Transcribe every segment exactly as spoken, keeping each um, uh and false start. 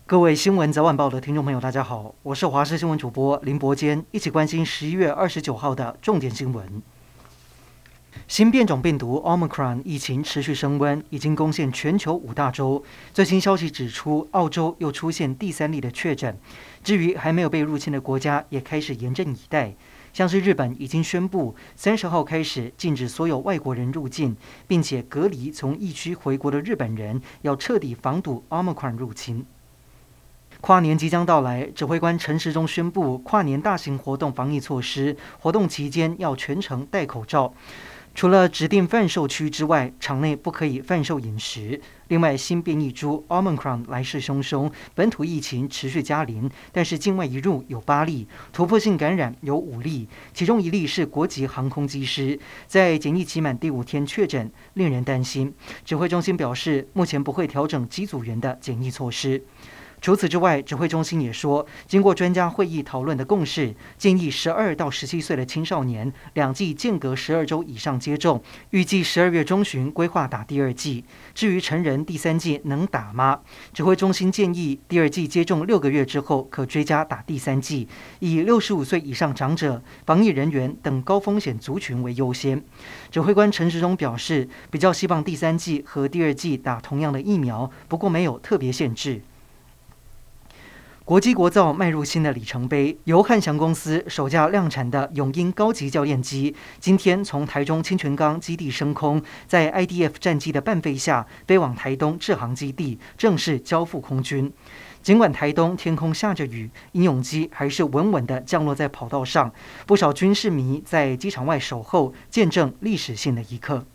各位新闻早晚报的听众朋友，大家好，我是华视新闻主播林伯坚，一起关心十一月二十九号的重点新闻。新变种病毒 Omicron 疫情持续升温，已经攻陷全球五大洲。最新消息指出，澳洲又出现第三例的确诊。至于还没有被入侵的国家，也开始严阵以待。像是日本已经宣布，三十号开始禁止所有外国人入境，并且隔离从疫区回国的日本人，要彻底防堵 Omicron 入侵。跨年即将到来，指挥官陈时中宣布，跨年大型活动防疫措施，活动期间要全程戴口罩。除了指定贩售区之外，场内不可以贩售饮食。另外，新变异株 Omicron 来势汹汹，本土疫情持续加零，但是境外移入有八例，突破性感染有五例，其中一例是国籍航空机师，在检疫期满第五天确诊，令人担心。指挥中心表示，目前不会调整机组员的检疫措施。除此之外，指挥中心也说，经过专家会议讨论的共识，建议十二到十七岁的青少年两剂间隔十二周以上接种，预计十二月中旬规划打第二剂。至于成人第三剂能打吗？指挥中心建议第二剂接种六个月之后可追加打第三剂，以六十五岁以上长者、防疫人员等高风险族群为优先。指挥官陈时中表示，比较希望第三剂和第二剂打同样的疫苗，不过没有特别限制。国机国造迈入新的里程碑，由汉翔公司首架量产的永鹰高级教练机，今天从台中清泉岗基地升空，在 I D F 战机的伴飞下，飞往台东制航基地，正式交付空军。尽管台东天空下着雨，鹰勇机还是稳稳地降落在跑道上，不少军事迷在机场外守候，见证历史性的一刻。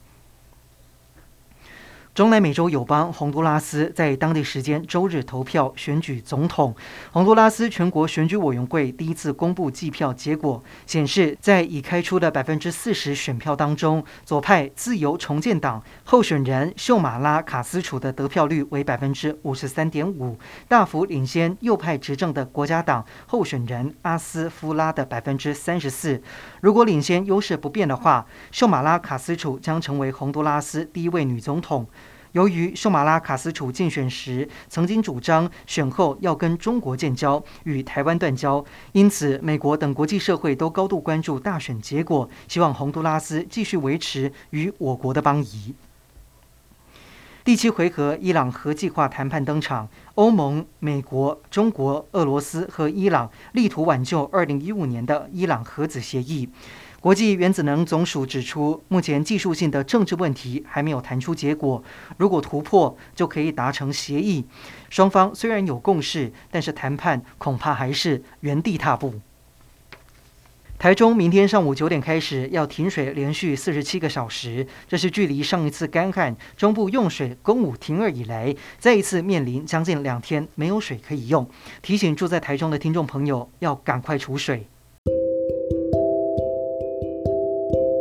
中南美洲友邦洪都拉斯在当地时间周日投票选举总统。洪都拉斯全国选举委员会第一次公布计票结果，显示在已开出的百分之四十选票当中，左派自由重建党候选人秀马拉卡斯楚的得票率为百分之五十三点五，大幅领先右派执政的国家党候选人阿斯夫拉的百分之三十四。如果领先优势不变的话，秀马拉卡斯楚将成为洪都拉斯第一位女总统。由于秀马拉卡斯楚竞选时曾经主张选后要跟中国建交，与台湾断交，因此美国等国际社会都高度关注大选结果，希望洪都拉斯继续维持与我国的邦谊。第七回合伊朗核计划谈判登场，欧盟、美国、中国、俄罗斯和伊朗力图挽救二零一五年的伊朗核子协议。国际原子能总署指出，目前技术性的政治问题还没有谈出结果，如果突破，就可以达成协议。双方虽然有共识，但是谈判恐怕还是原地踏步。台中明天上午九点开始要停水，连续四十七个小时，这是距离上一次干旱、中部用水供五停二以来，再一次面临将近两天没有水可以用。提醒住在台中的听众朋友要赶快储水。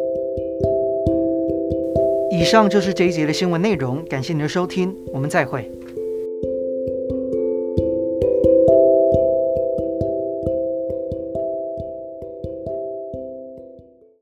以上就是这一节的新闻内容，感谢您的收听，我们再会。